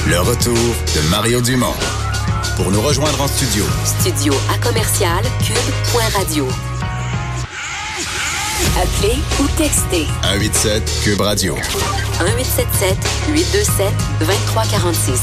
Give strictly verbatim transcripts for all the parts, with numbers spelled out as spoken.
Le retour de Mario Dumont. Pour nous rejoindre en studio. Studio à commercial cube point radio. Appelez ou textez. un huit sept Cube Radio. un huit sept sept huit deux sept deux trois quatre six.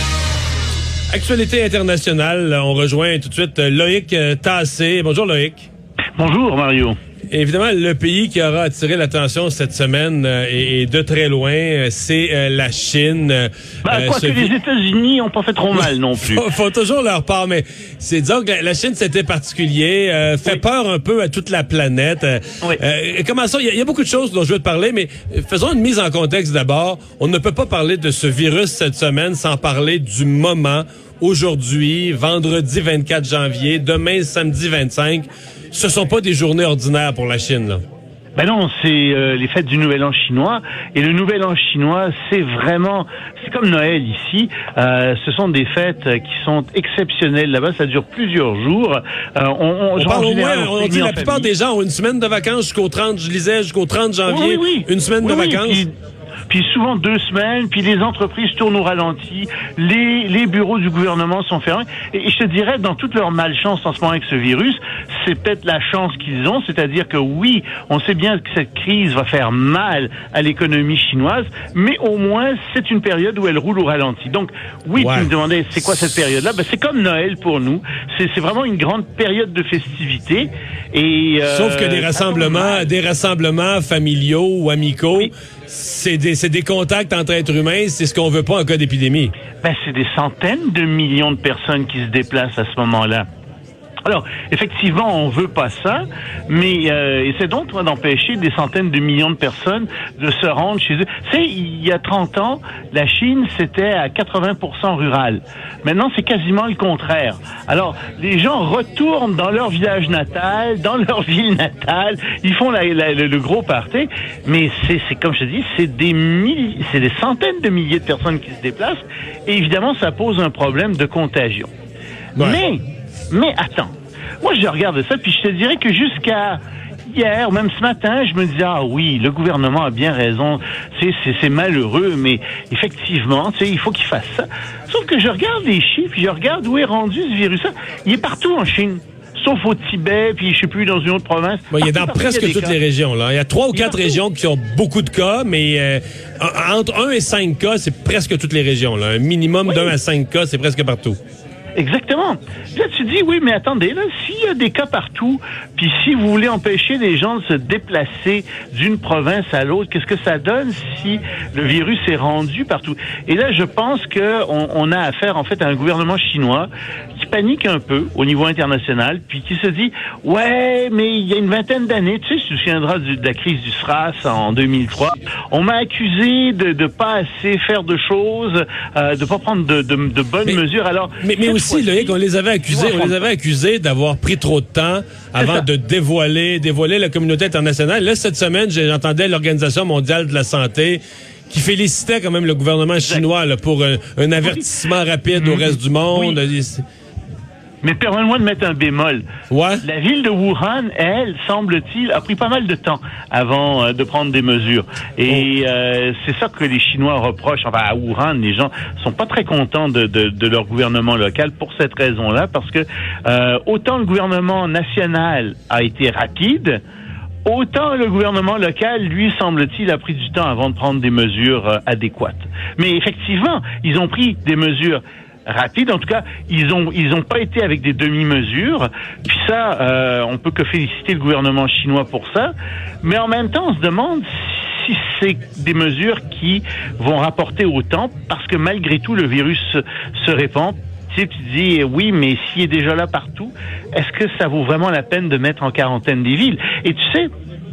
Actualité internationale, on rejoint tout de suite Loïc Tassé. Bonjour Loïc. Bonjour Mario. Évidemment, le pays qui aura attiré l'attention cette semaine euh, et de très loin, euh, c'est euh, la Chine. Euh, bah, quoique vi... les États-Unis n'ont pas fait trop mal non plus. faut, faut toujours leur part, mais c'est disons que la, la Chine, c'était particulier, euh, fait oui. peur un peu à toute la planète. Euh, oui. euh, commençons, il y, y a beaucoup de choses dont je veux te parler, mais faisons une mise en contexte d'abord. On ne peut pas parler de ce virus cette semaine sans parler du moment. Aujourd'hui, vendredi vingt-quatre janvier, demain samedi vingt-cinq, ce sont pas des journées ordinaires pour la Chine, là. Ben non, c'est euh, les fêtes du Nouvel An chinois. Et le Nouvel An chinois, c'est vraiment... C'est comme Noël ici. Euh, ce sont des fêtes qui sont exceptionnelles là-bas. Ça dure plusieurs jours. Euh, on on, on parle au moins, on, on dit la plupart famille. des gens ont une semaine de vacances jusqu'au trente, je lisais, jusqu'au trente janvier. Oui, oui, oui. Une semaine oui, de oui, vacances. Puis, puis souvent deux semaines, puis les entreprises tournent au ralenti, les, les bureaux du gouvernement sont fermés. Et, et je te dirais, dans toute leur malchance en ce moment avec ce virus, c'est peut-être la chance qu'ils ont, c'est-à-dire que oui, on sait bien que cette crise va faire mal à l'économie chinoise, mais au moins, c'est une période où elle roule au ralenti. Donc, oui, ouais. Tu me demandais, c'est quoi cette période-là? Ben, c'est comme Noël pour nous. C'est, c'est vraiment une grande période de festivité. Et, euh, Sauf que des rassemblements, des rassemblements familiaux ou amicaux, oui. c'est des, c'est des contacts entre êtres humains, c'est ce qu'on veut pas en cas d'épidémie. Ben, c'est des centaines de millions de personnes qui se déplacent à ce moment-là. Alors, effectivement, on veut pas ça, mais euh, essaie donc, toi, d'empêcher des centaines de millions de personnes de se rendre chez eux. Tu sais, il y a trente ans, la Chine, c'était à quatre-vingts pour cent rural. Maintenant, c'est quasiment le contraire. Alors, les gens retournent dans leur village natal, dans leur ville natale, ils font la, la, le, le gros party, mais c'est, c'est comme je te dis, c'est des milliers, c'est des centaines de milliers de personnes qui se déplacent, et évidemment, ça pose un problème de contagion. Ouais. Mais... Mais attends, moi je regarde ça, puis je te dirais que jusqu'à hier, même ce matin, je me disais, ah oui, le gouvernement a bien raison, c'est, c'est, c'est malheureux, mais effectivement, tu sais, il faut qu'il fasse ça. Sauf que je regarde les chiffres, puis je regarde où est rendu ce virus-là. Il est partout en Chine. Sauf au Tibet, puis je sais plus, dans une autre province. Bon, il est dans presque toutes cas. les régions, là. Il y a trois ou quatre régions qui ont beaucoup de cas, mais euh, entre un et cinq cas, c'est presque toutes les régions, là. Un minimum oui. d'un à cinq cas, c'est presque partout. Exactement. Là, tu dis, oui, mais attendez, là, s'il y a des cas partout, puis si vous voulez empêcher les gens de se déplacer d'une province à l'autre, qu'est-ce que ça donne si le virus est rendu partout? Et là, je pense que on, on a affaire, en fait, à un gouvernement chinois qui panique un peu au niveau international, puis qui se dit, ouais, mais il y a une vingtaine d'années, tu sais, tu te souviendras de la crise du SRAS en deux mille trois, on m'a accusé de de pas assez faire de choses, euh, de pas prendre de, de, de bonnes mais, mesures. Alors, mais, mais aussi, Loïc, on les avait accusés, on les avait accusés d'avoir pris trop de temps avant de dévoiler, dévoiler la communauté internationale. Là, cette semaine, j'entendais l'Organisation mondiale de la santé qui félicitait quand même le gouvernement chinois là, pour un, un avertissement rapide au reste du monde. Oui. Mais permets-moi de mettre un bémol. Ouais. La ville de Wuhan, elle, semble-t-il, a pris pas mal de temps avant euh, de prendre des mesures. Et oh. euh, c'est ça que les Chinois reprochent. Enfin, à Wuhan, les gens sont pas très contents de, de, de leur gouvernement local pour cette raison-là, parce que euh, autant le gouvernement national a été rapide, autant le gouvernement local, lui, semble-t-il, a pris du temps avant de prendre des mesures euh, adéquates. Mais effectivement, ils ont pris des mesures rapide. En tout cas, ils ont ils ont pas été avec des demi-mesures. Puis ça, euh, on peut que féliciter le gouvernement chinois pour ça. Mais en même temps, on se demande si c'est des mesures qui vont rapporter autant, parce que malgré tout, le virus se, se répand. Tu sais, tu dis, oui, mais s'il est déjà là partout, est-ce que ça vaut vraiment la peine de mettre en quarantaine des villes? Et tu sais,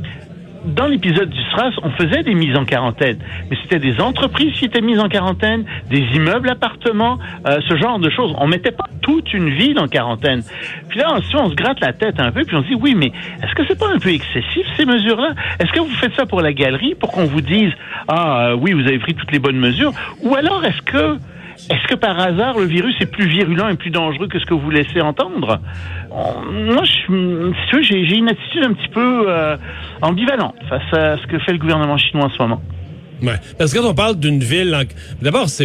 dans l'épisode du SRAS, on faisait des mises en quarantaine, mais c'était des entreprises qui étaient mises en quarantaine, des immeubles, appartements, euh, ce genre de choses. On mettait pas toute une ville en quarantaine. Puis là, ensuite, on se gratte la tête un peu, puis on se dit, oui, mais est-ce que c'est pas un peu excessif, ces mesures-là? Est-ce que vous faites ça pour la galerie, pour qu'on vous dise, ah, euh, oui, vous avez pris toutes les bonnes mesures? Ou alors, est-ce que Est-ce que par hasard, le virus est plus virulent et plus dangereux que ce que vous laissez entendre? Moi, je, si tu veux, j'ai, j'ai une attitude un petit peu euh, ambivalente face à ce que fait le gouvernement chinois en ce moment. Ouais, parce que quand on parle d'une ville, en... d'abord, c'est,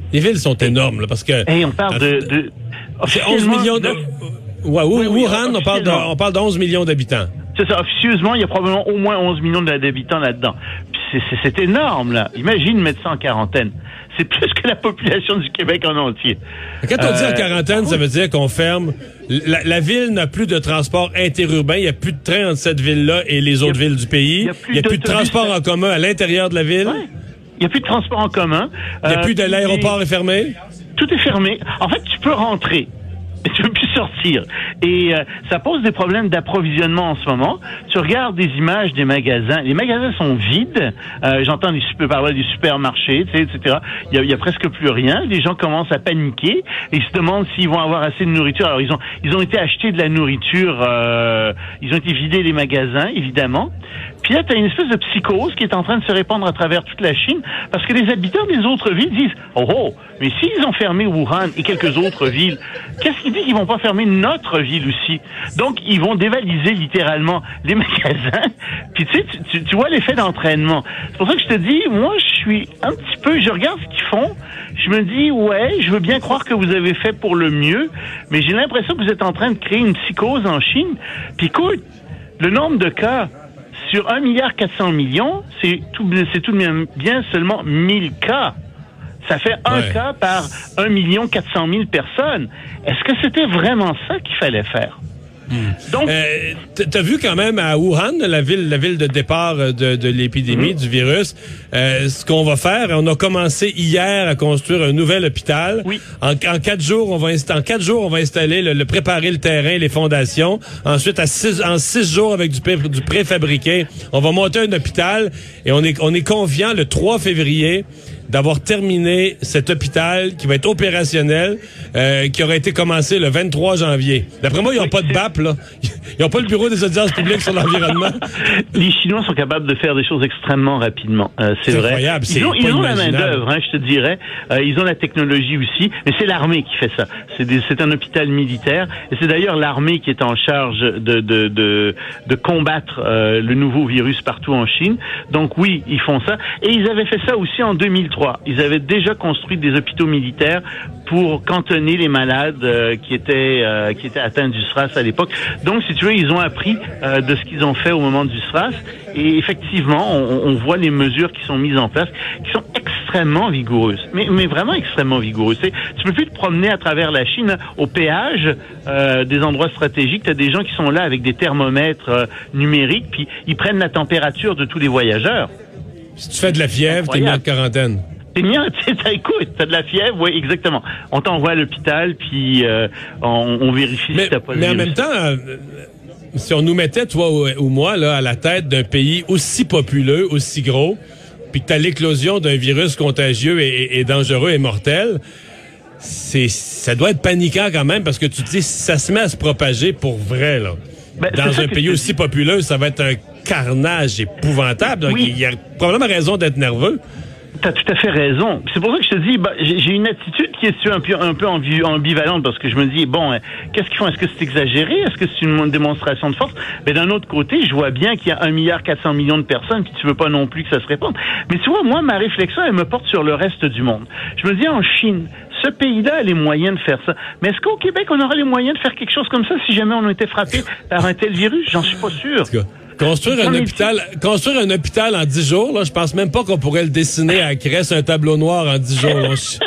Les villes sont énormes, là, parce que... Et on parle de... de c'est onze millions de... Ouais, oui, oui, Wuhan, on parle, de, on parle de onze millions d'habitants. C'est ça, officieusement, il y a probablement au moins onze millions d'habitants là-dedans. Puis c'est, c'est, c'est énorme, là. Imagine mettre ça en quarantaine. C'est plus que la population du Québec en entier. Quand on euh, dit en quarantaine, oui. ça veut dire qu'on ferme... La, la ville n'a plus de transport interurbain. Il n'y a plus de train entre cette ville-là et les autres villes du pays. Il n'y a, plus, a plus de transport en commun à l'intérieur de la ville. Ouais. Il n'y a plus de transport en commun. Il n'y a euh, plus de l'aéroport et... est fermé. Tout est fermé. En fait, tu peux rentrer. Mais tu ne peux plus sortir. Et euh, ça pose des problèmes d'approvisionnement en ce moment. Tu regardes des images des magasins. Les magasins sont vides. Euh, j'entends des super, parler des supermarchés, tu sais, et cetera. Il y a, il y a presque plus rien. Les gens commencent à paniquer et ils se demandent s'ils vont avoir assez de nourriture. Alors, ils ont, ils ont été achetés de la nourriture. Euh, ils ont été vidés les magasins, évidemment. Puis là, tu as une espèce de psychose qui est en train de se répandre à travers toute la Chine parce que les habitants des autres villes disent « Oh, oh, mais s'ils ont fermé Wuhan et quelques autres villes, qu'est-ce qui dit qu'ils vont pas fermer notre ville aussi? » Donc, ils vont dévaliser littéralement les magasins. Puis tu sais, tu, tu, tu vois l'effet d'entraînement. C'est pour ça que je te dis, moi, je suis un petit peu... Je regarde ce qu'ils font, je me dis « Ouais, je veux bien croire que vous avez fait pour le mieux, mais j'ai l'impression que vous êtes en train de créer une psychose en Chine. » Puis écoute, le nombre de cas... Sur un milliard quatre cents millions, c'est tout, c'est tout de même bien seulement mille cas. Ça fait un ouais. cas par un million quatre cent mille personnes. Est-ce que c'était vraiment ça qu'il fallait faire? Mmh. Donc, euh, t'as vu quand même à Wuhan, la ville, la ville de départ de, de l'épidémie, mmh. du virus, euh, ce qu'on va faire. On a commencé hier à construire un nouvel hôpital. Oui. En, en quatre jours, on va inst- en quatre jours, on va installer, le, le préparer le terrain, les fondations. Ensuite, à six, en six jours, avec du, pré, du préfabriqué, on va monter un hôpital et on est, on est confiant le trois février d'avoir terminé cet hôpital qui va être opérationnel, euh, qui aurait été commencé le vingt-trois janvier. D'après moi, ils n'ont oui, pas de B A P, là. Ils n'ont pas le bureau des audiences publiques sur l'environnement. Les Chinois sont capables de faire des choses extrêmement rapidement. Euh, c'est, c'est vrai. Incroyable. Ils ont, ils ont la main-d'œuvre, hein, je te dirais. Euh, ils ont la technologie aussi, mais c'est l'armée qui fait ça. C'est, des, c'est un hôpital militaire, et c'est d'ailleurs l'armée qui est en charge de de de, de combattre euh, le nouveau virus partout en Chine. Donc oui, ils font ça, et ils avaient fait ça aussi en deux mille trois. Ils avaient déjà construit des hôpitaux militaires pour cantonner les malades euh, qui étaient euh, qui étaient atteints du SRAS à l'époque. Donc, si tu veux, ils ont appris euh, de ce qu'ils ont fait au moment du SRAS. Et effectivement, on, on voit les mesures qui sont mises en place, qui sont extrêmement vigoureuses. Mais, mais vraiment extrêmement vigoureuses. C'est, tu peux plus te promener à travers la Chine, au péage euh, des endroits stratégiques. Tu as des gens qui sont là avec des thermomètres euh, numériques, puis ils prennent la température de tous les voyageurs. Si tu fais de la fièvre, t'es mis en quarantaine. C'est bien, tu sais, écoute, t'as de la fièvre, oui, exactement. On t'envoie à l'hôpital, puis euh, on, on vérifie mais, si t'as pas de Mais virus. en même temps, euh, si on nous mettait, toi ou, ou moi, là, à la tête d'un pays aussi populeux, aussi gros, puis que t'as l'éclosion d'un virus contagieux et, et, et dangereux et mortel, c'est, ça doit être paniquant quand même, parce que tu te dis, si ça se met à se propager pour vrai, là, ben, dans un pays aussi populeux, ça va être un carnage épouvantable. Donc, oui. Il y a probablement raison d'être nerveux. T'as tout à fait raison. C'est pour ça que je te dis, bah, j'ai, j'ai une attitude qui est un peu, un peu ambivalente, parce que je me dis, bon, hein, qu'est-ce qu'ils font? Est-ce que c'est exagéré? Est-ce que c'est une démonstration de force? Mais d'un autre côté, je vois bien qu'il y a un milliard quatre cents millions de personnes, puis tu veux pas non plus que ça se répande. Mais tu vois, moi, ma réflexion, elle me porte sur le reste du monde. Je me dis, en Chine, ce pays-là a les moyens de faire ça. Mais est-ce qu'au Québec, on aura les moyens de faire quelque chose comme ça si jamais on était frappé par un tel virus? J'en suis pas sûr. Construire un hôpital, construire un hôpital en dix jours, là, je pense même pas qu'on pourrait le dessiner à Crest, un tableau noir en dix jours.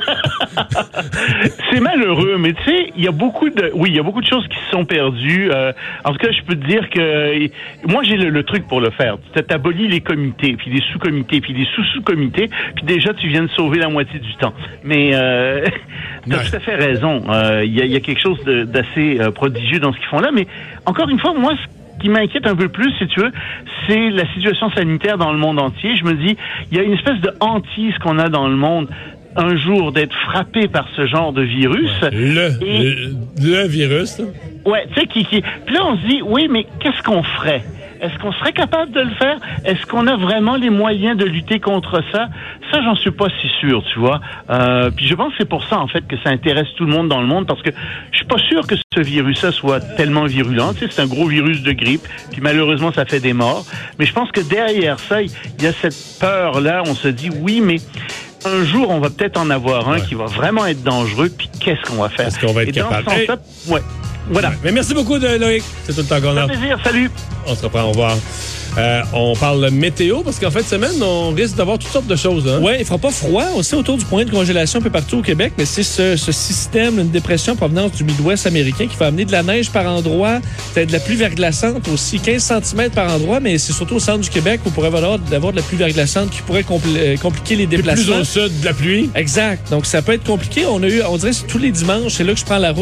C'est malheureux, mais tu sais, il y a beaucoup de, oui, il y a beaucoup de choses qui se sont perdues. Euh, en tout cas, je peux te dire que moi, j'ai le, le truc pour le faire. Tu t'abolis les comités, puis les sous-comités, puis les sous-sous-comités, puis déjà, tu viens de sauver la moitié du temps. Mais euh, t'as ouais. tout à fait raison. Il euh, y, a, y a quelque chose de, d'assez euh, prodigieux dans ce qu'ils font là. Mais encore une fois, moi, ce qui m'inquiète un peu plus, si tu veux, c'est la situation sanitaire dans le monde entier. Je me dis, il y a une espèce de hantise qu'on a dans le monde un jour d'être frappé par ce genre de virus. Ouais, le, et, le, le virus. Là. Ouais, tu sais, qui, qui... Puis là, on se dit, oui, mais qu'est-ce qu'on ferait? Est-ce qu'on serait capable de le faire? Est-ce qu'on a vraiment les moyens de lutter contre ça? Ça, j'en suis pas si sûr, tu vois. Euh, puis je pense que c'est pour ça, en fait, que ça intéresse tout le monde dans le monde, parce que je suis pas sûr que ce virus-là soit tellement virulent. Tu sais, c'est un gros virus de grippe, puis malheureusement, ça fait des morts. Mais je pense que derrière ça, il y a cette peur-là. On se dit, oui, mais un jour, on va peut-être en avoir un ouais. qui va vraiment être dangereux, puis qu'est-ce qu'on va faire? Est-ce qu'on va être Et capable? dans ce sens-là, hey. ouais. Voilà. Ouais. Mais merci beaucoup, de Loïc. C'est tout le temps qu'on a. Un plaisir, salut. On se reprend, au revoir. Euh, on parle météo parce qu'en fin de semaine, on risque d'avoir toutes sortes de choses. Hein? Oui, il ne fera pas froid aussi autour du point de congélation un peu partout au Québec, mais c'est ce, ce système, une dépression en provenance du Midwest américain qui va amener de la neige par endroit, peut-être de la pluie verglaçante aussi, quinze centimètres par endroit, mais c'est surtout au centre du Québec où on pourrait avoir, avoir de la pluie verglaçante qui pourrait compl- compliquer les déplacements. Plus au sud, de la pluie. Exact. Donc, ça peut être compliqué. On a eu, on dirait que tous les dimanches, c'est là que je prends la route.